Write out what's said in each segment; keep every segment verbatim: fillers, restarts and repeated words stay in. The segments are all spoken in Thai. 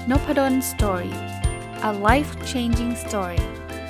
Nopadon Story. A life-changing story.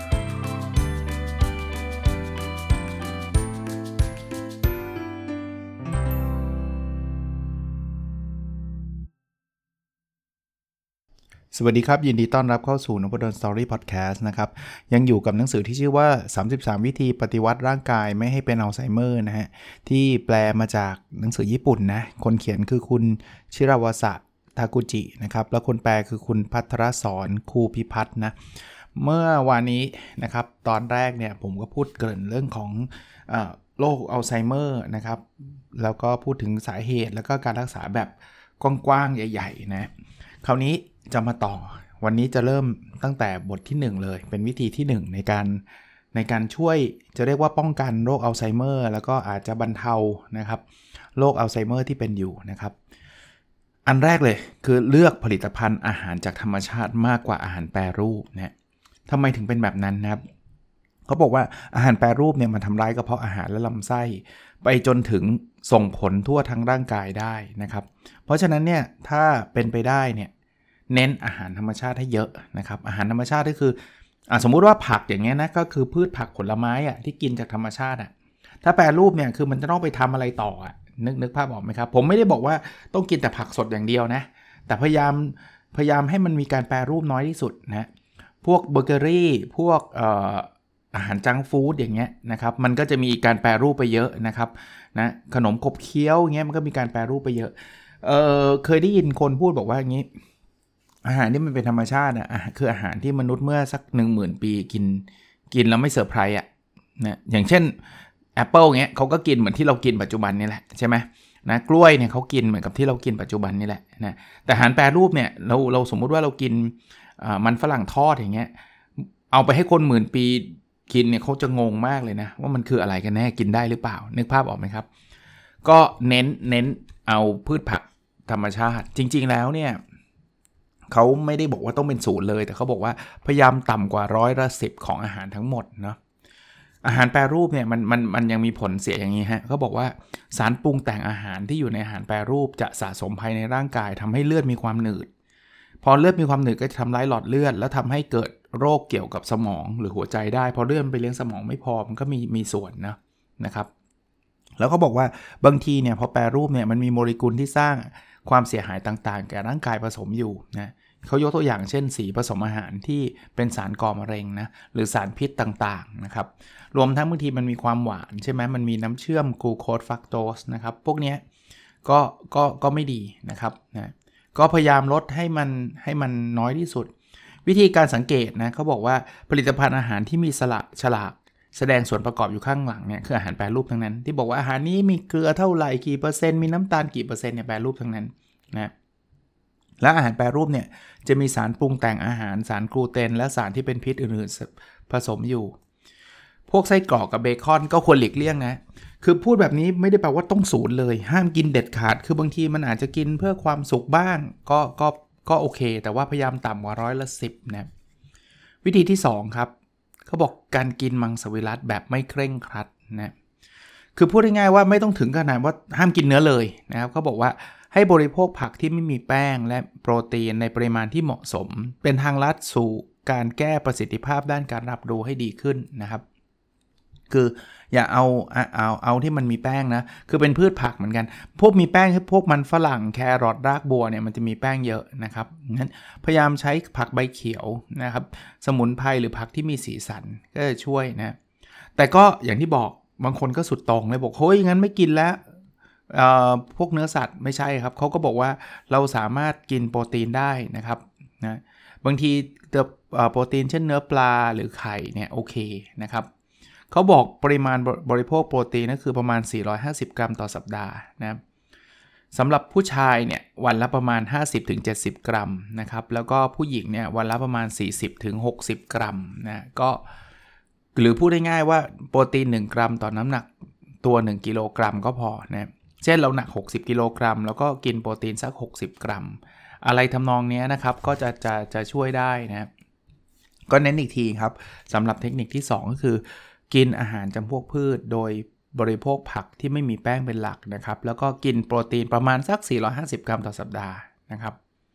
สวัสดีครับยินดีต้อนรับเข้าสู่ Nopadon Story Podcast นะครับยังอยู่กับหนังสือที่ชื่อว่าสามสิบสามวิธีปฏิวัติร่างกายไม่ให้เป็นอัลไซเมอร์นะฮะที่แปลมาจากหนังสือญี่ปุ่นนะคนเขียนคือคุณชิราวาสะทากุจินะครับแล้วคนแปลคือคุณภัทรสอนคูพิพัฒน์นะเมื่อวานนี้นะครับตอนแรกเนี่ยผมก็พูดเกริ่นเรื่องของเอ่อโรคอัลไซเมอร์นะครับแล้วก็พูดถึงสาเหตุแล้วก็การรักษาแบบกว้างๆใหญ่ๆนะคราวนี้จะมาต่อวันนี้จะเริ่มตั้งแต่บทที่หนึ่งเลยเป็นวิธีที่หนึ่งในการในการช่วยจะเรียกว่าป้องกันโรคอัลไซเมอร์แล้วก็อาจจะบรรเทานะครับโรคอัลไซเมอร์ที่เป็นอยู่นะครับอันแรกเลยคือเลือกผลิตภัณฑ์อาหารจากธรรมชาติมากกว่าอาหารแปรรูปนะทำไมถึงเป็นแบบนั้นนะครับเขาบอกว่าอาหารแปรรูปเนี่ยมันทำร้ายกระเพาะอาหารและลำไส้ไปจนถึงส่งผลทั่วทั้งร่างกายได้นะครับเพราะฉะนั้นเนี่ยถ้าเป็นไปได้เนี่ยเน้นอาหารธรรมชาติให้เยอะนะครับอาหารธรรมชาติก็คืออ่ะสมมุติว่าผักอย่างเงี้ยนะก็คือพืชผักผลไม้อ่ะที่กินจากธรรมชาติอ่ะถ้าแปรรูปเนี่ยคือมันจะต้องไปทำอะไรต่ออ่ะนึกนึกภาพออกไหมครับผมไม่ได้บอกว่าต้องกินแต่ผักสดอย่างเดียวนะแต่พยายามพยายามให้มันมีการแปรรูปน้อยที่สุดนะพวกเบเกอรี่พวกเอ่ออาหารจังก์ฟู้ดอย่างเงี้ยนะครับมันก็จะมีการแปรรูปไปเยอะนะครับนะขนมขบเคี้ยวเงี้ยมันก็มีการแปรรูปไปเยอะเออเคยได้ยินคนพูดบอกว่าอย่างงี้อาหารที่มันเป็นธรรมชาติอ่ะคืออาหารที่มนุษย์เมื่อสัก หนึ่งหมื่น ปีกินกินแล้วไม่เซอร์ไพรส์อ่ะนะอย่างเช่นแอปเปิลเงี้ยเขาก็กินเหมือนที่เรากินปัจจุบันนี่แหละใช่ไหมนะกล้วยเนี่ยเขากินเหมือนกับที่เรากินปัจจุบันนี่แหละนะแต่อาหารแปรรูปเนี่ยเราเราสมมุติว่าเรากินมันฝรั่งทอดอย่างเงี้ยเอาไปให้คนหมื่นปีกินเนี่ยเขาจะงงมากเลยนะว่ามันคืออะไรกันแน่กินได้หรือเปล่านึกภาพออกไหมครับก็เน้นเน้นเอาพืชผักธรรมชาติจริงๆแล้วเนี่ยเขาไม่ได้บอกว่าต้องเป็นศูนย์เลยแต่เขาบอกว่าพยายามต่ำกว่าร้อยละสิบของอาหารทั้งหมดเนาะอาหารแปรรูปเนี่ยมันมันมันยังมีผลเสียอย่างนี้ฮะเขาบอกว่าสารปรุงแต่งอาหารที่อยู่ในอาหารแปรรูปจะสะสมภายในร่างกายทำให้เลือดมีความหนืดพอเลือดมีความหนืดก็จะทำร้ายหลอดเลือดแล้วทำให้เกิดโรคเกี่ยวกับสมองหรือหัวใจได้พอเลือดไปเลี้ยงสมองไม่พอมันก็มีมีส่วนนะนะครับแล้วเขาบอกว่าบางทีเนี่ยพอแปรรูปเนี่ยมันมีโมเลกุลที่สร้างความเสียหายต่างๆแก่ร่างกายผสมอยู่นะเขายกตัวอย่างเช่นสีผสมอาหารที่เป็นสารก่อมะเร็งนะหรือสารพิษต่างๆนะครับรวมทั้งบางทีมันมีความหวานใช่ไหมมันมีน้ำเชื่อมกลูโคสฟักโตสนะครับพวกนี้ก็ก็ก็ไม่ดีนะครับนะก็พยายามลดให้มันให้มันน้อยที่สุดวิธีการสังเกตนะเขาบอกว่าผลิตภัณฑ์อาหารที่มีสลักฉลากแสดงส่วนประกอบอยู่ข้างหลังเนี่ยคืออาหารแปรรูปทั้งนั้นที่บอกว่าอาหารนี้มีเกลือเท่าไหร่กี่เปอร์เซ็นต์มีน้ำตาลกี่เปอร์เซ็นต์เนี่ยแปรรูปทั้งนั้นนะและอาหารแปรรูปเนี่ยจะมีสารปรุงแต่งอาหารสารกลูเตนและสารที่เป็นพิษอื่นๆผสมอยู่พวกไส้กรอกกับเบคอนก็ควรหลีกเลี่ยงนะคือพูดแบบนี้ไม่ได้แปลว่าต้องศูนย์เลยห้ามกินเด็ดขาดคือบางทีมันอาจจะกินเพื่อความสุขบ้างก็ก็ก็โอเคแต่ว่าพยายามต่ำกว่าร้อยละสิบนะวิธีที่สองครับเขาบอกการกินมังสวิรัติแบบไม่เคร่งครัดนะคือพูดง่ายๆว่าไม่ต้องถึงขนาดว่าห้ามกินเนื้อเลยนะครับเขาบอกว่าให้บริโภคผักที่ไม่มีแป้งและโปรตีนในปริมาณที่เหมาะสมเป็นทางลัดสู่การแก้ประสิทธิภาพด้านการรับรู้ให้ดีขึ้นนะครับคืออย่าเอาเอาเอาที่มันมีแป้งนะคือเป็นพืชผักเหมือนกันพวกมีแป้งพวกมันฝรั่งแครอทรากบัวเนี่ยมันจะมีแป้งเยอะนะครับงั้นพยายามใช้ผักใบเขียวนะครับสมุนไพรหรือผักที่มีสีสันก็จะช่วยนะแต่ก็อย่างที่บอกบางคนก็สุดตรงเลยบอกเฮ้ยงั้นไม่กินแล้วพวกเนื้อสัตว์ไม่ใช่ครับเขาก็บอกว่าเราสามารถกินโปรตีนได้นะครับนะบางทีโปรตีนเช่นเนื้อปลาหรือไข่เนี่ยโอเคนะครับเขาบอกปริมาณบริโภคโปรตีนก็คือประมาณสี่ร้อยห้าสิบกรัมต่อสัปดาห์นะสำหรับผู้ชายเนี่ยวันละประมาณ ห้าสิบถึงเจ็ดสิบ กรัมนะครับแล้วก็ผู้หญิงเนี่ยวันละประมาณ สี่สิบถึงหกสิบ กรัมนะก็หรือพูดง่ายๆว่าโปรตีนหนึ่งกรัมต่อน้ำหนักตัวหนึ่งกิโลกรัมก็พอนะเช่นเราหนักหกสิบกิโลกรัมแล้วก็กินโปรตีนสักหกสิบกรัมอะไรทำนองนี้นะครับก็จะจะจะช่วยได้นะก็เน้นอีกทีครับสำหรับเทคนิคที่สองก็คือกินอาหารจำพวกพืชโดยบริโภคผักที่ไม่มีแป้งเป็นหลักนะครับแล้วก็กินโปรตีนประมาณสักสี่ร้อยห้าสิบกรัมต่อสัปดาห์นะครับ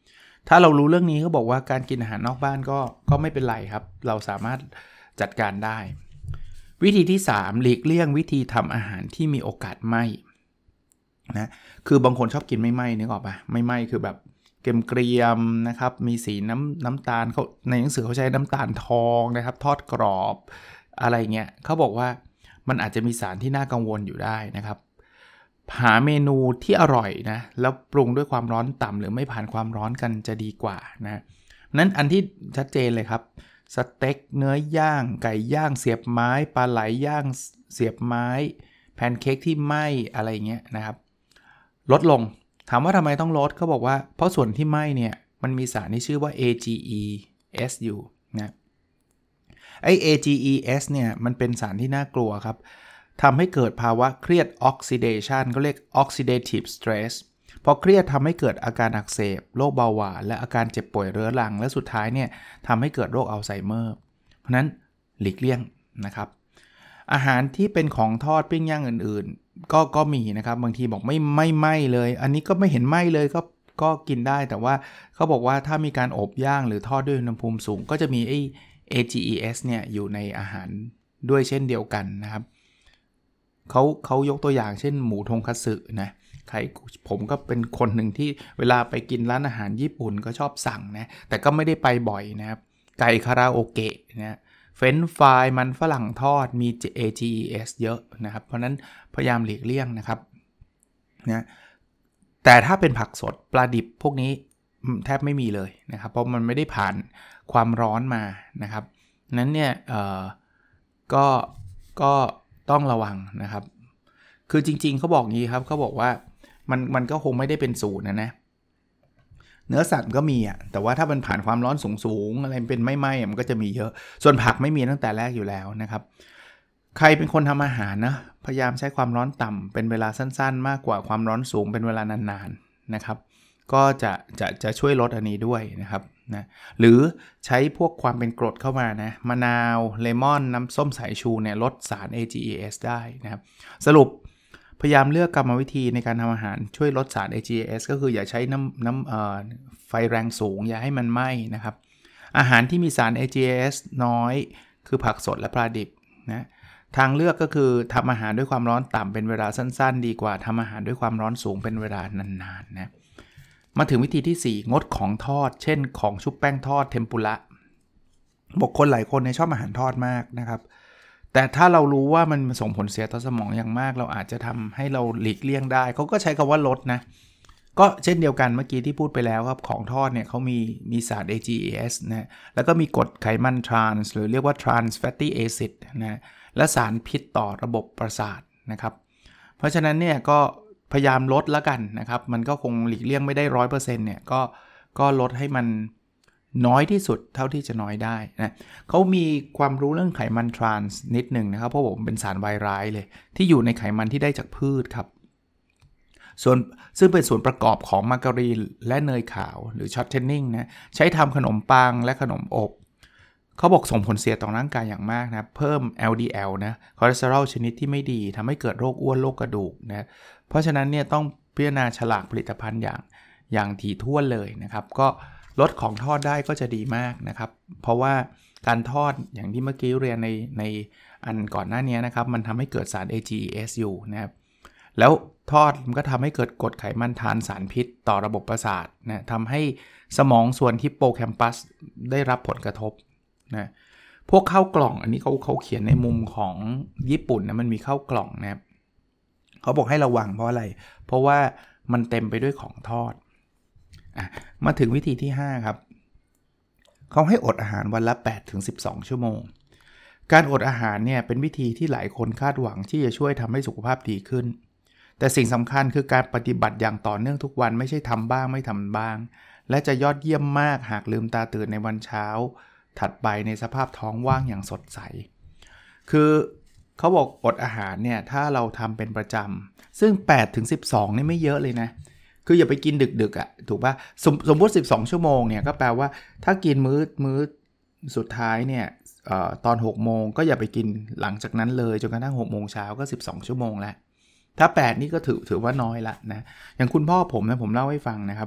ถ้าเรารู้เรื่องนี้ก็บอกว่าการกินอาหารนอกบ้านก็ก็ไม่เป็นไรครับเราสามารถจัดการได้วิธีที่สามหลีกเลี่ยงวิธีทำอาหารที่มีโอกาสไหม้นะคือบางคนชอบกินไม่ไหม้นึกออกปะไม่ไหม้คือแบบเกรียมๆนะครับมีสีน้ำน้ำตาลเขาในหนังสือเขาใช้น้ำตาลทองนะครับทอดกรอบอะไรเงี้ยเขาบอกว่ามันอาจจะมีสารที่น่ากังวลอยู่ได้นะครับหาเมนูที่อร่อยนะแล้วปรุงด้วยความร้อนต่ำหรือไม่ผ่านความร้อนกันจะดีกว่านะนั้นอันที่ชัดเจนเลยครับสเต็กเนื้อย่างไก่ย่างเสียบไม้ปลาไหลย่างเสียบไม้แพนเค้กที่ไหม้อะไรเงี้ยนะครับลดลงถามว่าทำไมต้องลดเขาบอกว่าเพราะส่วนที่ไหม้เนี่ยมันมีสารที่ชื่อว่า เอ จี อี เอส อยู่นะไอ้ เอ จี อี เอส เนี่ยมันเป็นสารที่น่ากลัวครับทำให้เกิดภาวะเครียดออกซิเดชันก็เรียก oxidative stress พอเครียดทำให้เกิดอาการอักเสบโรคเบาหวานและอาการเจ็บป่วยเรื้อรังและสุดท้ายเนี่ยทำให้เกิดโรคอัลไซเมอร์เพราะนั้นหลีกเลี่ยงนะครับอาหารที่เป็นของทอดปิ้งย่างอื่นๆก็ก็มีนะครับบางทีบอกไม่ไม่ไหม้เลยอันนี้ก็ไม่เห็นไหม้เลยก็ก็กินได้แต่ว่าเขาบอกว่าถ้ามีการอบย่างหรือทอดด้วยอุณหภูมิสูงก็จะมีไอ้ เอ จี อี เอส เนี่ยอยู่ในอาหารด้วยเช่นเดียวกันนะครับเขาเขายกตัวอย่างเช่นหมูทงคัตสึนะใครผมก็เป็นคนหนึ่งที่เวลาไปกินร้านอาหารญี่ปุ่นก็ชอบสั่งนะแต่ก็ไม่ได้ไปบ่อยนะครับไก่คาราโอเกะนะเฟรนช์ฟรายมันฝรั่งทอดมี เอ จี อี เอส เยอะนะครับเพราะนั้นพยายามหลีกเลี่ยงนะครับนะแต่ถ้าเป็นผักสดปลาดิบพวกนี้แทบไม่มีเลยนะครับเพราะมันไม่ได้ผ่านความร้อนมานะครับนั้นเนี่ยเอ่อก็ก็ต้องระวังนะครับคือจริงๆเขาบอกงี้ครับเขาบอกว่ามันมันก็คงไม่ได้เป็นศูนย์นะนะเนื้อสัตว์ก็มีอ่ะแต่ว่าถ้ามันผ่านความร้อนสูงๆอะไรเป็นไม่ไหม้มันก็จะมีเยอะส่วนผักไม่มีตั้งแต่แรกอยู่แล้วนะครับใครเป็นคนทำอาหารนะพยายามใช้ความร้อนต่ำเป็นเวลาสั้นๆมากกว่าความร้อนสูงเป็นเวลานานๆนะครับก็จะจะจะช่วยลดอันนี้ด้วยนะครับนะหรือใช้พวกความเป็นกรดเข้ามานะมะนาวเลมอนน้ำส้มสายชูเนี่ยลดสาร เอ จี อี เอส ได้นะครับสรุปพยายามเลือกกรรมวิธีในการทำอาหารช่วยลดสาร เอ จี อี เอส ก็คืออย่าใช้น้ำน้ำเอ่อไฟแรงสูงอย่าให้มันไหม้นะครับอาหารที่มีสาร เอ จี อี เอส น้อยคือผักสดและปลาดิบนะทางเลือกก็คือทำอาหารด้วยความร้อนต่ำเป็นเวลาสั้นๆดีกว่าทำอาหารด้วยความร้อนสูงเป็นเวลานานๆนะมาถึงวิธีที่สี่งดของทอดเช่นของชุบแป้งทอดเทมปุระบอกคนหลายคนเนี่ยชอบอาหารทอดมากนะครับแต่ถ้าเรารู้ว่ามันส่งผลเสียต่อสมองอย่างมากเราอาจจะทำให้เราหลีกเลี่ยงได้เขาก็ใช้คำว่าลดนะก็เช่นเดียวกันเมื่อกี้ที่พูดไปแล้วครับของทอดเนี่ยเขามีมีสาร เอ จี อี เอส นะแล้วก็มีกรดไขมันทรานส์หรือเรียกว่า trans fatty acid นะและสารพิษต่อระบบประสาทนะครับเพราะฉะนั้นเนี่ยก็พยายามลดแล้วกันนะครับมันก็คงหลีกเลี่ยงไม่ได้ หนึ่งร้อยเปอร์เซ็นต์ เนี่ยก็ก็ลดให้มันน้อยที่สุดเท่าที่จะน้อยได้นะเขามีความรู้เรื่องไขมันทรานส์นิดหนึ่งนะครับเพราะผมเป็นสารวายร้ายเลยที่อยู่ในไขมันที่ได้จากพืชครับส่วนซึ่งเป็นส่วนประกอบของมาการีนและเนยขาวหรือช็อตเทนนิ่งนะใช้ทำขนมปังและขนมอบเขาบอกส่งผลเสียต่อร่างกายอย่างมากนะเพิ่ม แอล ดี แอล นะคอเลสเตอรอลชนิดที่ไม่ดีทำให้เกิดโรคอ้วนโรคกระดูกนะเพราะฉะนั้นเนี่ยต้องพิจารณาฉลากผลิตภัณฑ์อย่างอย่างถี่ถ้วนเลยนะครับก็ลดของทอดได้ก็จะดีมากนะครับเพราะว่าการทอดอย่างที่เมื่อกี้เรียนในในอันก่อนหน้านี้นะครับมันทำให้เกิดสาร เอ จี อี เอส อยู่นะครับแล้วทอดมันก็ทำให้เกิดกรดไขมันทานสารพิษต่อระบบประสาทนะทำให้สมองส่วนฮิปโปแคมปัสได้รับผลกระทบนะพวกข้าวกล่องอันนี้เขาเขาเขียนในมุมของญี่ปุ่นนะมันมีข้าวกล่องนะครับเขาบอกให้ระวังเพราะอะไรเพราะว่ามันเต็มไปด้วยของทอดอ่ะมาถึงวิธีที่ห้าครับเขาให้อดอาหารวันละ แปดถึงสิบสอง ชั่วโมงการอดอาหารเนี่ยเป็นวิธีที่หลายคนคาดหวังที่จะช่วยทำให้สุขภาพดีขึ้นแต่สิ่งสำคัญคือการปฏิบัติอย่างต่อเนื่องทุกวันไม่ใช่ทำบ้างไม่ทำบ้างและจะยอดเยี่ยมมากหากลืมตาตื่นในวันเช้าถัดไปในสภาพท้องว่างอย่างสดใสคือเขาบอกอดอาหารเนี่ยถ้าเราทำเป็นประจำซึ่ง แปดถึงสิบสอง นี่ไม่เยอะเลยนะคืออย่าไปกินดึกๆอ่ะถูกป่ะสมสมมติสิบสองชั่วโมงเนี่ยก็แปลว่าถ้ากินมื้อมื้อสุดท้ายเนี่ยเอ่อตอนหกโมงก็อย่าไปกินหลังจากนั้นเลยจนกระทั่งหกโมงเช้าก็สิบสองชั่วโมงแล้วถ้าแปดนี่ก็ถือถือว่าน้อยละนะอย่างคุณพ่อผมนะผมเล่าให้ฟังนะครับ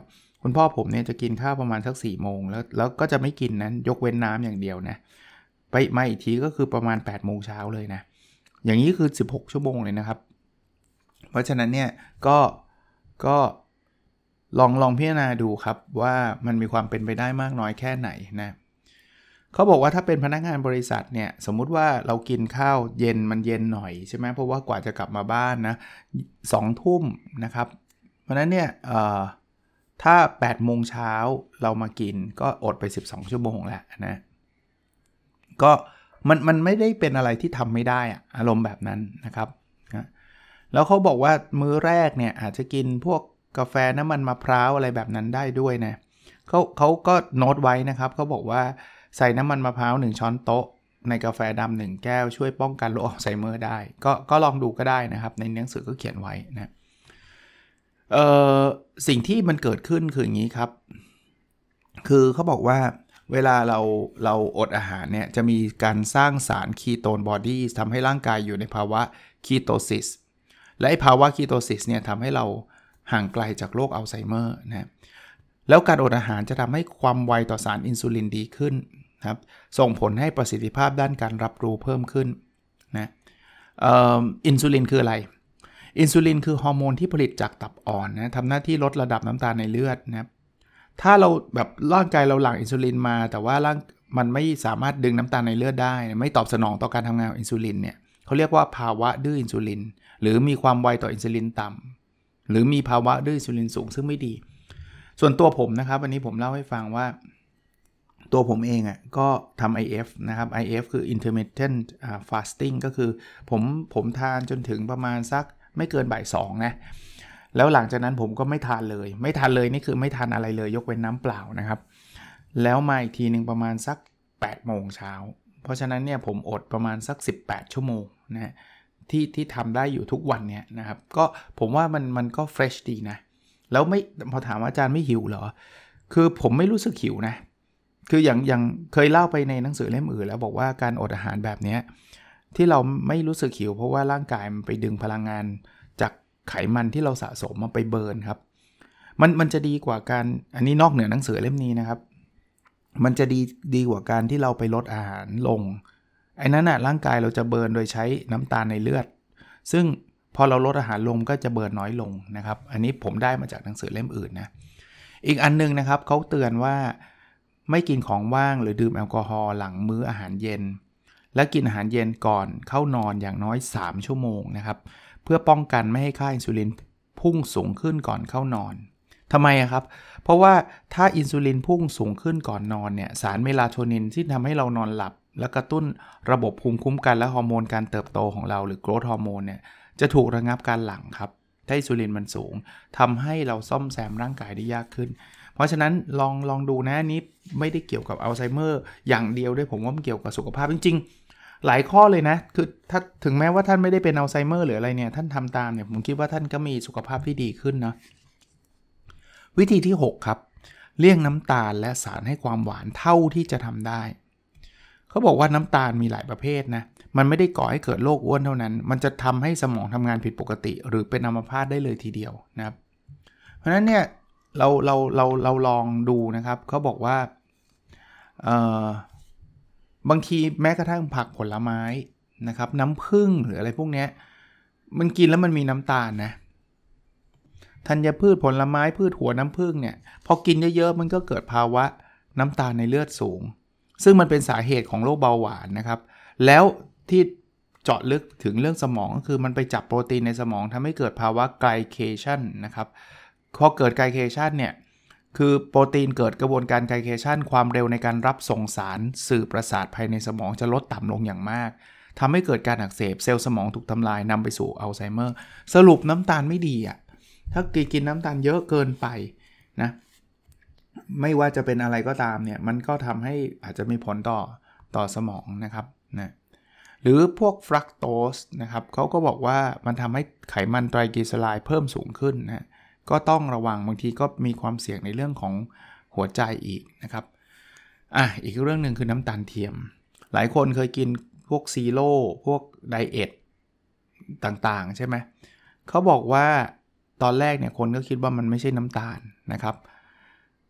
คุณพ่อผมเนี่ยจะกินข้าวประมาณสักสี่โมงแล้วแล้วก็จะไม่กินนั้นยกเว้นน้ำอย่างเดียวนะไปมาอีกทีก็คือประมาณแปดโมงเช้าเลยนะอย่างนี้คือสิบหกชั่วโมงเลยนะครับเพราะฉะนั้นเนี่ยก็ก็ลองลองพิจารณาดูครับว่ามันมีความเป็นไปได้มากน้อยแค่ไหนนะเขาบอกว่าถ้าเป็นพนักงานบริษัทเนี่ยสมมุติว่าเรากินข้าวเย็นมันเย็นหน่อยใช่ไหมเพราะว่ากว่าจะกลับมาบ้านนะสองทุ่มนะครับเพราะนั้นเนี่ยเอ่อถ้าแปดโมงเช้าเรามากินก็อดไปสิบสองชั่วโมงแล้วนะก็มันมันไม่ได้เป็นอะไรที่ทำไม่ได้อะอารมณ์แบบนั้นนะครับนะแล้วเขาบอกว่ามื้อแรกเนี่ยอาจจะกินพวกกาแฟน้ำมันมะพร้าวอะไรแบบนั้นได้ด้วยนะเขาเขาก็โน้ตไว้นะครับเขาบอกว่าใส่น้ำมันมะพร้าวหนึ่งช้อนโต๊ะในกาแฟดำหนึ่งแก้วช่วยป้องกันโรคอัลไซเมอร์ได้ก็ก็ลองดูก็ได้นะครับในหนังสือก็เขียนไว้นะเอ่อสิ่งที่มันเกิดขึ้นคืออย่างนี้ครับคือเขาบอกว่าเวลาเราเราอดอาหารเนี่ยจะมีการสร้างสารคีโตนบอดี้ทำให้ร่างกายอยู่ในภาวะคีโตซิสและไอ้ภาวะคีโตซิสเนี่ยทำให้เราห่างไกลจากโรคอัลไซเมอร์นะแล้วการอดอาหารจะทำให้ความไวต่อสารอินซูลินดีขึ้นครับส่งผลให้ประสิทธิภาพด้านการรับรู้เพิ่มขึ้นนะเอ่ออินซูลินคืออะไรอินซูลินคือฮอร์โมนที่ผลิตจากตับอ่อนนะทำหน้าที่ลดระดับน้ำตาลในเลือดนะครับถ้าเราแบบร่างกายเราหลั่งอินซูลินมาแต่ว่าร่างมันไม่สามารถดึงน้ำตาลในเลือดได้ไม่ตอบสนองต่อการทำงานของอินซูลินเนี่ยเขาเรียกว่าภาวะดื้ออินซูลินหรือมีความไวต่ออินซูลินต่ำหรือมีภาวะดื้ออินซูลินสูงซึ่งไม่ดีส่วนตัวผมนะครับวันนี้ผมเล่าให้ฟังว่าตัวผมเองอ่ะก็ทำ ไอ เอฟ นะครับ ไอ เอฟ คือ intermittent fasting ก็คือผมผมทานจนถึงประมาณสักไม่เกินบ่ายสองนะแล้วหลังจากนั้นผมก็ไม่ทานเลยไม่ทานเลยนี่คือไม่ทานอะไรเลยยกเว้นน้ำเปล่านะครับแล้วมาอีกทีนึงประมาณสักแปดโมงเช้าเพราะฉะนั้นเนี่ยผมอดประมาณสักสิบแปดชั่วโมงนะที่ที่ทำได้อยู่ทุกวันเนี่ยนะครับก็ผมว่ามันมันก็เฟรชดีนะแล้วไม่พอถามอาจารย์ไม่หิวเหรอคือผมไม่รู้สึกหิวนะคืออย่างอย่างเคยเล่าไปในหนังสือเล่มอื่นแล้วบอกว่าการอดอาหารแบบนี้ที่เราไม่รู้สึกหิวเพราะว่าร่างกายมันไปดึงพลังงานจากไขมันที่เราสะสมมาไปเบิร์นครับมันมันจะดีกว่าการอันนี้นอกเหนือหนังสือเล่มนี้นะครับมันจะดีดีกว่าการที่เราไปลดอาหารลงไอ้นั้นน่ะร่างกายเราจะเบิร์นโดยใช้น้ำตาลในเลือดซึ่งพอเราลดอาหารลงก็จะเบิร์นน้อยลงนะครับอันนี้ผมได้มาจากหนังสือเล่มอื่นนะอีกอันนึงนะครับเขาเตือนว่าไม่กินของว่างหรือดื่มแอลกอฮอล์หลังมื้ออาหารเย็นและกินอาหารเย็นก่อนเข้านอนอย่างน้อยสามชั่วโมงนะครับเพื่อป้องกันไม่ให้ค่าอินซูลินพุ่งสูงขึ้นก่อนเข้านอนทำไมอะครับเพราะว่าถ้าอินซูลินพุ่งสูงขึ้นก่อนนอนเนี่ยสารเมลาโทนินที่ทำให้เรานอนหลับและกระตุ้นระบบภูมิคุ้มกันและฮอร์โมนการเติบโตของเราหรือโกรทฮอร์โมนเนี่ยจะถูกระงับการหลั่งครับถ้าอินซูลินมันสูงทำให้เราซ่อมแซมร่างกายได้ยากขึ้นเพราะฉะนั้นลองลองดูนะนี้ไม่ได้เกี่ยวกับอัลไซเมอร์อย่างเดียวด้วยผมว่ามันเกี่ยวกับสุขภาพจริงๆหลายข้อเลยนะคือถ้าถึงแม้ว่าท่านไม่ได้เป็นอัลไซเมอร์หรืออะไรเนี่ยท่านทำตามเนี่ยผมคิดว่าท่านก็มีสุขภาพที่ดีขึ้นนะวิธีที่หกครับเลี่ยงน้ำตาลและสารให้ความหวานเท่าที่จะทำได้เขาบอกว่าน้ำตาลมีหลายประเภทนะมันไม่ได้ก่อให้เกิดโรคอ้วนเท่านั้นมันจะทำให้สมองทำงานผิดปกติหรือเป็นอัมพาตได้เลยทีเดียวนะครับเพราะฉะนั้นเนี่ยเราเราเราเราลองดูนะครับเขาบอกว่าเอ่อบางทีแม้กระทั่งผักผลไม้นะครับน้ำผึ้งหรืออะไรพวกนี้มันกินแล้วมันมีน้ำตาลนะธัญพืชผลไม้พืชหัวน้ำผึ้งเนี่ยพอกินเยอะๆมันก็เกิดภาวะน้ำตาลในเลือดสูงซึ่งมันเป็นสาเหตุของโรคเบาหวานนะครับแล้วที่เจาะลึกถึงเรื่องสมองก็คือมันไปจับโปรตีนในสมองทำให้เกิดภาวะไกลเคชันนะครับพอเกิดไกลเคชันเนี่ยคือโปรตีนเกิดกระบวนการไกลเคชันความเร็วในการรับส่งสารสื่อประสาทภายในสมองจะลดต่ำลงอย่างมากทำให้เกิดการอักเสบเซลล์สมองถูกทำลายนำไปสู่อัลไซเมอร์สรุปน้ำตาลไม่ดีอ่ะถ้ากินน้ำตาลเยอะเกินไปนะไม่ว่าจะเป็นอะไรก็ตามเนี่ยมันก็ทำให้อาจจะมีผลต่อต่อสมองนะครับนะหรือพวกฟรักโตสนะครับเขาก็บอกว่ามันทำให้ไขมันไตรกลีเซอไรด์เพิ่มสูงขึ้นนะก็ต้องระวังบางทีก็มีความเสี่ยงในเรื่องของหัวใจอีกนะครับอ่ะอีกเรื่องนึงคือน้ำตาลเทียมหลายคนเคยกินพวกซีโร่พวกไดเอทต่างๆใช่ไหมเขาบอกว่าตอนแรกเนี่ยคนก็คิดว่ามันไม่ใช่น้ำตาลนะครับ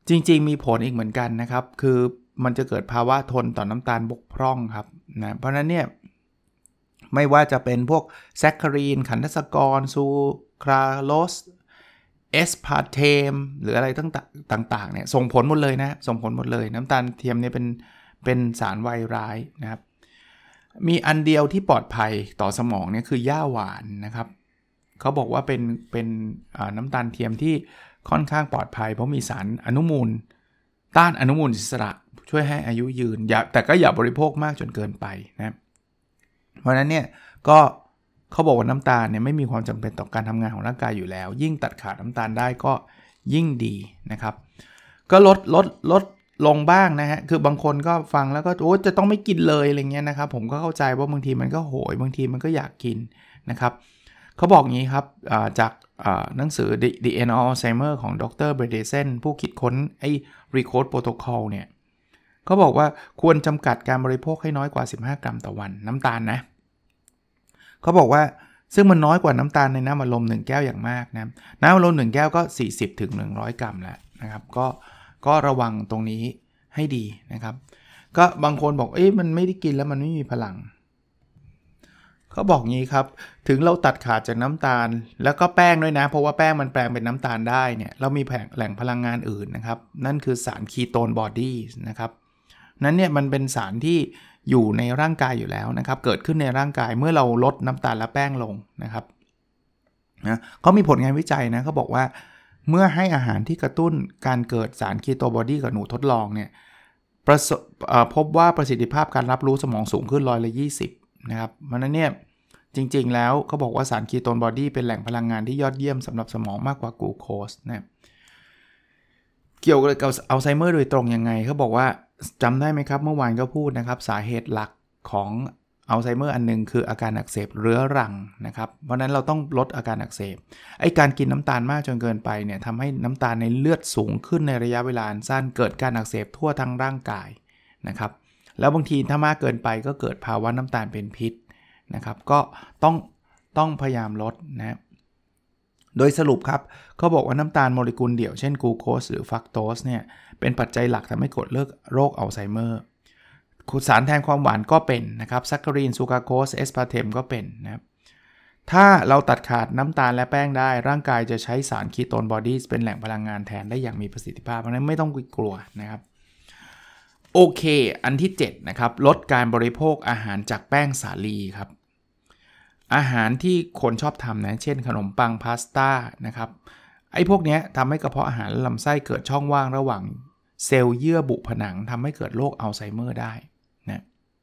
จริงๆมีผลอีกเหมือนกันนะครับคือมันจะเกิดภาวะทนต่อน้ำตาลบกพร่องครับนะเพราะนั้นเนี่ยไม่ว่าจะเป็นพวกแซคคารีนขันธสกรซูคราโลสเอสพาร์เทมหรืออะไรต่างๆเนี่ยส่งผลหมดเลยนะส่งผลหมดเลยน้ำตาลเทียมเนี่ยเป็นเป็นสารวายร้ายนะครับมีอันเดียวที่ปลอดภัยต่อสมองเนี่ยคือหญ้าหวานนะครับเขาบอกว่าเป็นเป็นน้ำตาลเทียมที่ค่อนข้างปลอดภัยเพราะมีสารอนุมูลต้านอนุมูลอิสระช่วยให้อายุยืนอย่าแต่ก็อย่าบริโภคมากจนเกินไปนะเพราะนั้นเนี่ยก็เขาบอกว่าน้ำตาลเนี่ยไม่มีความจำเป็นต่อการทำงานของร่างกายอยู่แล้วยิ่งตัดขาดน้ำตาลได้ก็ยิ่งดีนะครับก็ลดลดลดลงบ้างนะฮะคือบางคนก็ฟังแล้วก็โอ้จะต้องไม่กินเลยอะไรเงี้ยนะครับผมก็เข้าใจว่าบางทีมันก็โหยบางทีมันก็อยากกินนะครับเขาบอกงี้ครับจากหนังสือ The End of Alzheimer ของดรเบรเดเซนผู้คิดค้นไอ้ Recode Protocol เนี่ยเขาบอกว่าควรจำกัดการบริโภคให้น้อยกว่าสิบห้ากรัมต่อวันน้ำตาลนะเขาบอกว่าซึ่งมันน้อยกว่าน้ำตาลในน้ำอัดลมหนึ่งแก้วอย่างมากนะน้ำอัดลมหนึ่งแก้วก็ สี่สิบถึงหนึ่งร้อย กรัมแล้วนะครับก็ก็ระวังตรงนี้ให้ดีนะครับก็บางคนบอกเอ๊ะมันไม่ได้กินแล้วมันไม่มีพลังเขาบอกงี้ครับถึงเราตัดขาดจากน้ำตาลแล้วก็แป้งด้วยนะเพราะว่าแป้งมันแปลงเป็นน้ำตาลได้เนี่ยเรามีแหล่งพลังงานอื่นนะครับนั่นคือสารคีโตนบอดี้นะครับนั้นเนี่ยมันเป็นสารที่อยู่ในร่างกายอยู่แล้วนะครับเกิดขึ้นในร่างกายเมื่อเราลดน้ำตาลและแป้งลงนะครับนะเขามีผลงานวิจัยนะเขาบอกว่าเมื่อให้อาหารที่กระตุ้นการเกิดสารคีโตบอดี้กับหนูทดลองเนี่ยพบว่าประสิทธิภาพการรับรู้สมองสูงขึ้นร้อยละยี่สิบนะครับเพราะนั้นเนี่ยจริงๆแล้วเขาบอกว่าสารคีโตนบอดี้เป็นแหล่งพลังงานที่ยอดเยี่ยมสำหรับสมองมากกว่ากลูโคสนะเกี่ยวกับอัลไซเมอร์โดยตรงยังไงเขาบอกว่าจำได้ไหมครับเมื่อวานก็พูดนะครับสาเหตุหลักของอัลไซเมอร์อันนึงคืออาการอักเสบเรื้อรังนะครับเพราะนั้นเราต้องลดอาการอักเสบไอ้การกินน้ำตาลมากจนเกินไปเนี่ยทำให้น้ำตาลในเลือดสูงขึ้นในระยะเวลาสั้นเกิดการอักเสบทั่วทั้งร่างกายนะครับแล้วบางทีถ้ามากเกินไปก็เกิดภาวะน้ำตาลเป็นพิษนะครับก็ต้องต้องพยายามลดนะโดยสรุปครับเขาบอกว่าน้ำตาลโมเลกุลเดี่ยวเช่นกลูโคสหรือฟักโตสเนี่ยเป็นปัจจัยหลักทำให้เกิดโรคอัลไซเมอร์สารแทนความหวานก็เป็นนะครับซัคคารีนซูคราโคสเอสพาร์เทมก็เป็นนะครับถ้าเราตัดขาดน้ำตาลและแป้งได้ร่างกายจะใช้สารคีโตนบอดี้เป็นแหล่งพลังงานแทนได้อย่างมีประสิทธิภาพเพราะนั้นไม่ต้องกลัวนะครับโอเคอันที่เจ็ดนะครับลดการบริโภคอาหารจากแป้งสาลีครับอาหารที่คนชอบทำนะเช่นขนมปังพาสต้านะครับไอ้พวกนี้ทำให้กระเพาะอาหารและลำไส้เกิดช่องว่างระหว่างเซลล์เยื่อบุผนังทำให้เกิดโรคอัลไซเมอร์ได้นะ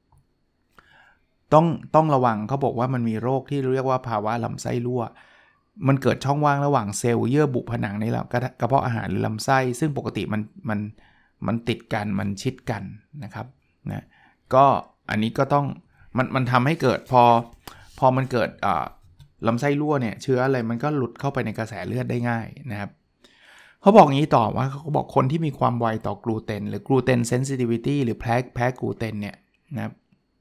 ต้องต้องระวังเขาบอกว่ามันมีโรคที่เรียกว่าภาวะลำไส้รั่วมันเกิดช่องว่างระหว่างเซลล์เยื่อบุผนังในกระเพาะอาหารหรือลำไส้ซึ่งปกติมันมันมันติดกันมันชิดกันนะครับนะก็อันนี้ก็ต้องมันมันทำให้เกิดพอพอมันเกิดอ่าลำไส้รั่วเนี่ยเชื้ออะไรมันก็หลุดเข้าไปในกระแสเลือดได้ง่ายนะครับเขาบอกงี้ต่อว่าเขาบอกคนที่มีความไวต่อกลูเตนหรือกลูเตนเซนซิทิวิตี้หรือแพ้แพ้กลูเตนเนี่ยนะครับ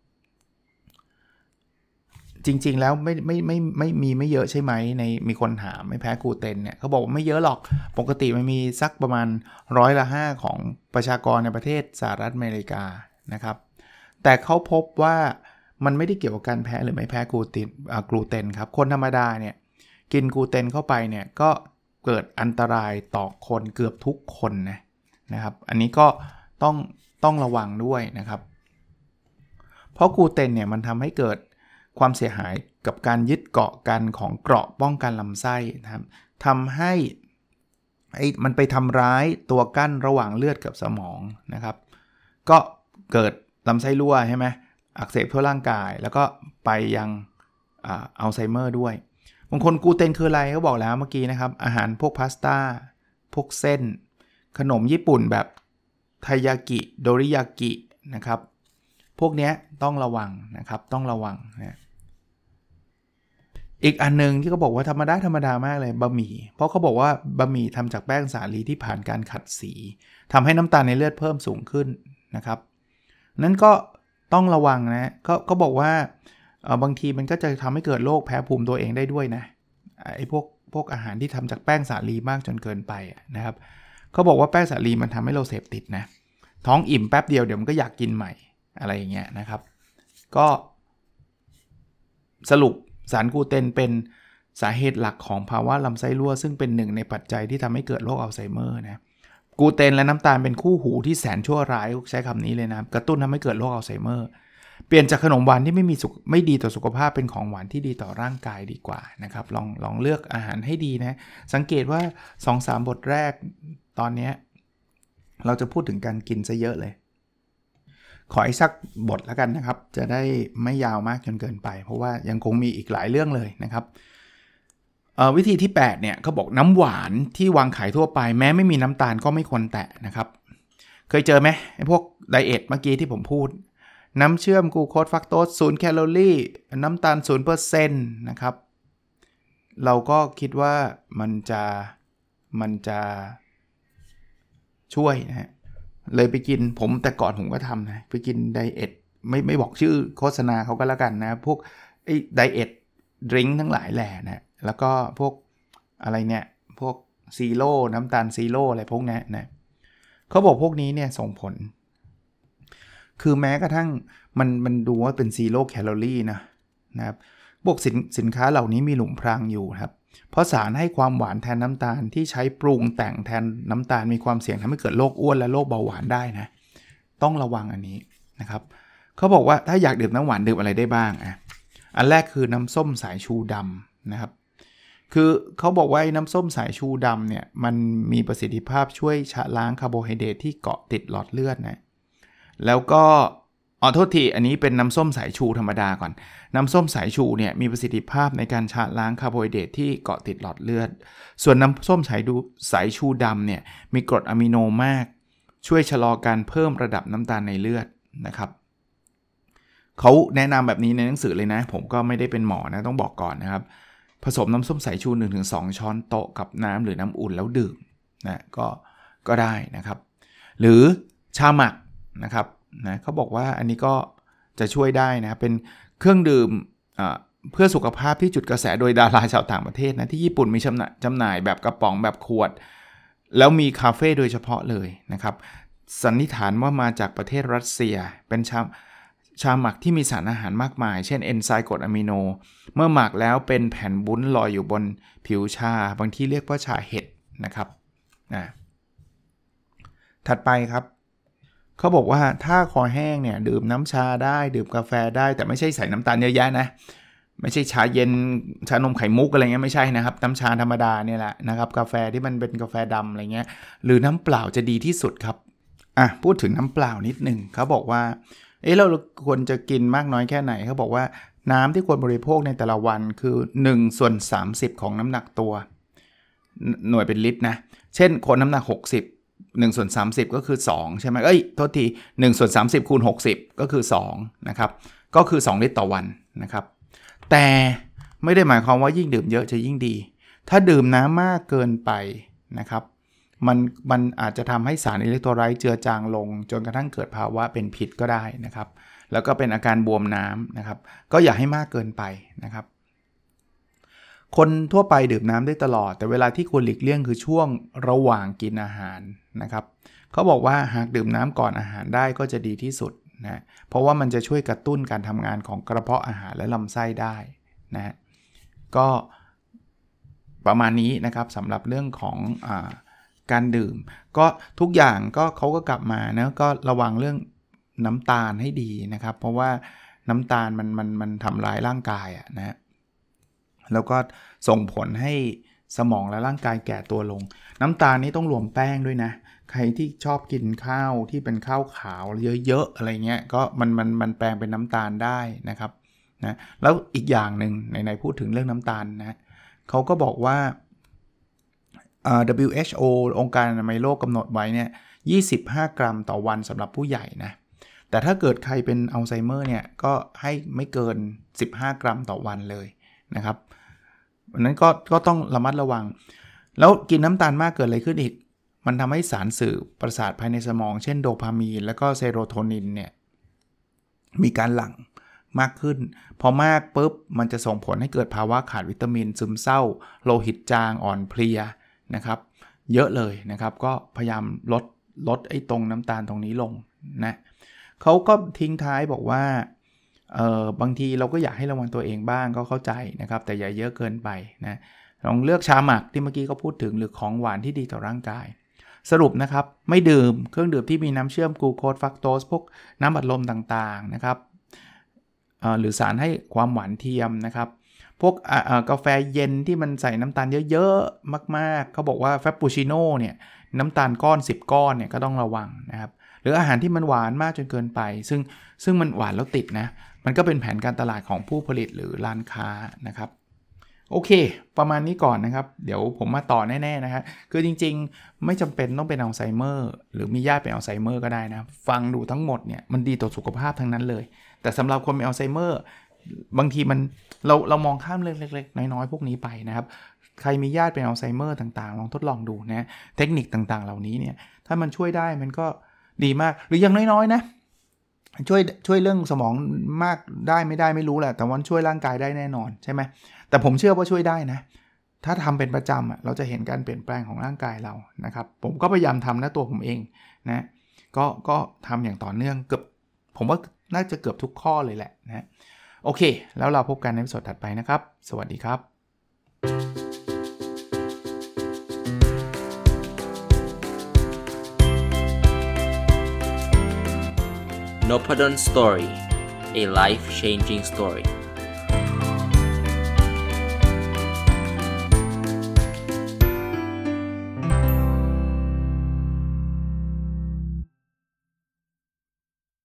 จริงๆแล้วไม่ไม่ไม่ไม่มีไม่เยอะใช่ไหมในมีคนถามไม่แพ้กลูเตนเนี่ยเขาบอกว่าไม่เยอะหรอกปกติมันมีสักประมาณร้อยละห้าของประชากรในประเทศสหรัฐอเมริกานะครับแต่เขาพบว่ามันไม่ได้เกี่ยวกับการแพ้หรือไม่แพ้กลูเตนกลูเตนครับคนธรรมดาเนี่ยกินกลูเตนเข้าไปเนี่ยก็เกิดอันตรายต่อคนเกือบทุกคนนะนะครับอันนี้ก็ต้องต้องระวังด้วยนะครับเพราะกลูเตนเนี่ยมันทำให้เกิดความเสียหายกับการยึดเกาะกันของเกราะป้องกันลำไส้นะครับทำให้ไอ้มันไปทำร้ายตัวกั้นระหว่างเลือดกับสมองนะครับก็เกิดลำไส้รั่วใช่ไหมอักเสบทั่วร่างกายแล้วก็ไปยังอัลไซเมอร์ด้วยบางคนกลูเตนคืออะไรก็บอกแล้วเมื่อกี้นะครับอาหารพวกพาสต้าพวกเส้นขนมญี่ปุ่นแบบไทยากิโดริยากินะครับพวกนี้ต้องระวังนะครับต้องระวังนะอีกอันนึงที่เขาบอกว่าธรรมดาธรรมดามากเลยบะหมี่เพราะเขาบอกว่าบะหมี่ทำจากแป้งสาลีที่ผ่านการขัดสีทำให้น้ำตาลในเลือดเพิ่มสูงขึ้นนะครับนั้นก็ต้องระวังนะก็ก็บอกว่าบางทีมันก็จะทำให้เกิดโรคแพ้ภูมิตัวเองได้ด้วยนะไอ้พวกพวกอาหารที่ทำจากแป้งสาลีมากจนเกินไปนะครับเขาบอกว่าแป้งสาลีมันทำให้เราเสพติดนะท้องอิ่มแป๊บเดียวเดี๋ยวมันก็อยากกินใหม่อะไรอย่างเงี้ยนะครับก็สรุปสารกลูเตนเป็นสาเหตุหลักของภาวะลำไส้รั่วซึ่งเป็นหนึ่งในปัจจัยที่ทำให้เกิดโรคอัลไซเมอร์นะกลูเตนและน้ำตาลเป็นคู่หูที่แสนชั่วร้ายใช้คำนี้เลยนะกระตุ้นทำให้เกิดโรคอัลไซเมอร์เปลี่ยนจากขนมหวานที่ไม่มีสุขไม่ดีต่อสุขภาพเป็นของหวานที่ดีต่อร่างกายดีกว่านะครับลองลองเลือกอาหารให้ดีนะสังเกตว่า สองถึงสาม บทแรกตอนนี้เราจะพูดถึงการกินซะเยอะเลยขออีกสักบทแล้วกันนะครับจะได้ไม่ยาวมากจนเกินไปเพราะว่ายังคงมีอีกหลายเรื่องเลยนะครับวิธีที่แปดเนี่ยเขาบอกน้ำหวานที่วางขายทั่วไปแม้ไม่มีน้ำตาลก็ไม่ควรแตะนะครับเคยเจอไหมไอ้พวกไดเอทเมื่อกี้ที่ผมพูดน้ำเชื่อมกลูโคสฟักโตสศูนย์แคลอรี่น้ำตาล ศูนย์เปอร์เซ็นต์ นะครับเราก็คิดว่ามันจะมันจะช่วยนะฮะเลยไปกินผมแต่ก่อนผมก็ทำนะไปกินไดเอทไม่ไม่บอกชื่อโฆษณาเขาก็แล้วกันนะพวกไอ้ไดเอทดริงก์ทั้งหลายแหล่นะแล้วก็พวกอะไรเนี่ยพวกซีโร่น้ำตาลซีโร่อะไรพวกนี้นะเขาบอกพวกนี้เนี่ยส่งผลคือแม้กระทั่งมันมันดูว่าเป็นซีโร่แคลอรี่นะนะครับพวกสินสินค้าเหล่านี้มีหลุมพรางอยู่ครับเพราะสารให้ความหวานแทนน้ำตาลที่ใช้ปรุงแต่งแทนน้ำตาลมีความเสี่ยงทำให้เกิดโรคอ้วนและโรคเบาหวานได้นะต้องระวังอันนี้นะครับเขาบอกว่าถ้าอยากดื่มน้ำหวานดื่มอะไรได้บ้างอ่ะอันแรกคือน้ำส้มสายชูดำนะครับคือเขาบอกว่าน้ำส้มสายชูดำเนี่ยมันมีประสิทธิภาพช่วยชะล้างคาร์โบไฮเดรตที่เกาะติดหลอดเลือดนะแล้วก็อ๋อโทษทีอันนี้เป็นน้ำส้มสายชูธรรมดาก่อนน้ำส้มสายชูเนี่ยมีประสิทธิภาพในการชะล้างคาร์โบไฮเดรตที่เกาะติดหลอดเลือดส่วนน้ำส้มสายดูสายชูดำเนี่ยมีกรดอะมิโนมากช่วยชะลอการเพิ่มระดับน้ำตาลในเลือดนะครับเขาแนะนำแบบนี้ในหนังสือเลยนะผมก็ไม่ได้เป็นหมอนะต้องบอกก่อนนะครับผสมน้ำส้มสายชู หนึ่งถึงสอง ช้อนโต๊ะกับน้ำหรือน้ำอุ่นแล้วดื่มนะก็ก็ได้นะครับหรือชาหมักนะครับนะเขาบอกว่าอันนี้ก็จะช่วยได้นะเป็นเครื่องดื่มเพื่อสุขภาพที่จุดกระแสโดยดาราชาวต่างประเทศนะที่ญี่ปุ่นมีจำหน่ายจำหน่ายแบบกระป๋องแบบขวดแล้วมีคาเฟ่โดยเฉพาะเลยนะครับสันนิษฐานว่ามาจากประเทศรัสเซียเป็นชาชาหมักที่มีสารอาหารมากมายเช่นเอนไซม์กรดอะมิโนเมื่อหมักแล้วเป็นแผ่นวุ้นลอยอยู่บนผิวชาบางที่เรียกว่าชาเห็ดนะครับนะถัดไปครับเขาบอกว่าถ้าคอแห้งเนี่ยดื่มน้ำชาได้ดื่มกาแฟได้แต่ไม่ใช่ใส่น้ำตาลเยอะแยะนะไม่ใช่ชาเย็นชานมไข่มุกอะไรเงี้ยไม่ใช่นะครับน้ำชาธรรมดาเนี่ยแหละนะครับกาแฟที่มันเป็นกาแฟดำอะไรเงี้ยหรือน้ำเปล่าจะดีที่สุดครับอ่ะพูดถึงน้ำเปล่านิดนึงเขาบอกว่าเอ๊ะเราควรจะกินมากน้อยแค่ไหนเขาบอกว่าน้ำที่ควรบริโภคในแต่ละวันคือหนึ่งส่วนสามสิบของน้ำหนักตัวหน่วยเป็นลิตรนะเช่นคนน้ำหนักหกสิบหนึ่งส่วนสามสิบก็คือสองใช่ไหมเอ้ยโทษทีหนึ่งส่วนสามสิบคูณหกสิบก็คือสองนะครับก็คือสองลิตรต่อวันนะครับแต่ไม่ได้หมายความว่ายิ่งดื่มเยอะจะยิ่งดีถ้าดื่มน้ำมากเกินไปนะครับมันมันอาจจะทำให้สารอิเล็กโทรไลต์เจือจางลงจนกระทั่งเกิดภาวะเป็นพิษก็ได้นะครับแล้วก็เป็นอาการบวมน้ำนะครับก็อย่าให้มากเกินไปนะครับคนทั่วไปดื่มน้ำได้ตลอดแต่เวลาที่ควรหลีกเลี่ยงคือช่วงระหว่างกินอาหารนะครับเขาบอกว่าหากดื่มน้ำก่อนอาหารได้ก็จะดีที่สุดนะเพราะว่ามันจะช่วยกระตุ้นการทำงานของกระเพาะอาหารและลำไส้ได้นะก็ประมาณนี้นะครับสำหรับเรื่องของอ่าการดื่มก็ทุกอย่างก็เขาก็กลับมานะก็ระวังเรื่องน้ำตาลให้ดีนะครับเพราะว่าน้ำตาลมันมันมันทำร้ายร่างกายอ่ะนะแล้วก็ส่งผลให้สมองและร่างกายแก่ตัวลงน้ำตาลนี่ต้องรวมแป้งด้วยนะใครที่ชอบกินข้าวที่เป็นข้าวขาวเยอะๆอะไรเงี้ยก็มันมันมันแปลงเป็นน้ำตาลได้นะครับนะแล้วอีกอย่างหนึ่งไหนๆพูดถึงเรื่องน้ำตาลนะเขาก็บอกว่าดับเบิลยู เอช โอ องค์การอนามัยโลกกำหนดไว้เนี่ยยี่สิบห้ากรัมต่อวันสำหรับผู้ใหญ่นะแต่ถ้าเกิดใครเป็นอัลไซเมอร์เนี่ยก็ให้ไม่เกินสิบห้ากรัมต่อวันเลยนะครับวันนั้นก็ก็ต้องระมัดระวังแล้วกินน้ำตาลมากเกิดอะไรขึ้นอีกมันทำให้สารสื่อประสาทภายในสมองเช่นโดพามีนแล้วก็เซโรโทนินเนี่ยมีการหลั่งมากขึ้นพอมากปุ๊บมันจะส่งผลให้เกิดภาวะขาดวิตามินซึมเศร้าโลหิตจางอ่อนเพลียนะครับเยอะเลยนะครับก็พยายามลดลดไอ้ตรงน้ำตาลตรงนี้ลงนะเขาก็ทิ้งท้ายบอกว่าเออบางทีเราก็อยากให้ระวังตัวเองบ้างก็เข้าใจนะครับแต่อย่าเยอะเกินไปนะลองเลือกชาหมักที่เมื่อกี้เขาพูดถึงหรือของหวานที่ดีต่อร่างกายสรุปนะครับไม่ดื่มเครื่องดื่มที่มีน้ำเชื่อมกลูโคสฟักโตสพวกน้ำอัดลมต่างๆนะครับหรือสารให้ความหวานเทียมนะครับพวกกาแฟเย็นที่มันใส่น้ำตาลเยอะๆมากๆเขาบอกว่าแฟปปูชิโน่เนี่ยน้ำตาลก้อนสิบก้อนเนี่ยก็ต้องระวังนะครับหรืออาหารที่มันหวานมากจนเกินไปซึ่งซึ่งมันหวานแล้วติดนะมันก็เป็นแผนการตลาดของผู้ผลิตหรือร้านค้านะครับโอเคประมาณนี้ก่อนนะครับเดี๋ยวผมมาต่อแน่ๆนะครับคือจริงๆไม่จำเป็นต้องเป็นอัลไซเมอร์หรือมีญาติเป็นอัลไซเมอร์ก็ได้นะฟังดูทั้งหมดเนี่ยมันดีต่อสุขภาพทั้งนั้นเลยแต่สำหรับคนเป็นอัลไซเมอร์บางทีมันเราเรามองข้ามเรื่องเล็กๆน้อยๆพวกนี้ไปนะครับใครมีญาติเป็นอัลไซเมอร์ต่างๆลองทดลองดูนะเทคนิคต่างๆเหล่านี้เนี่ยถ้ามันช่วยได้มันก็ดีมากหรืออย่างน้อยๆนะช่วยช่วยเรื่องสมองมากได้ไม่ได้ไม่รู้แหละแต่ว่าช่วยร่างกายได้แน่นอนใช่ไหมแต่ผมเชื่อว่าช่วยได้นะถ้าทำเป็นประจำอ่ะเราจะเห็นการเปลี่ยนแปลงของร่างกายเรานะครับผมก็พยายามทำนะตัวผมเองนะก็ก็ทำอย่างต่อเนื่องเกือบผมว่าน่าจะเกือบทุกข้อเลยแหละนะโอเคแล้วเราพบกันในตอนถัดไปนะครับสวัสดีครับ Nopadon Story, a life-changing story.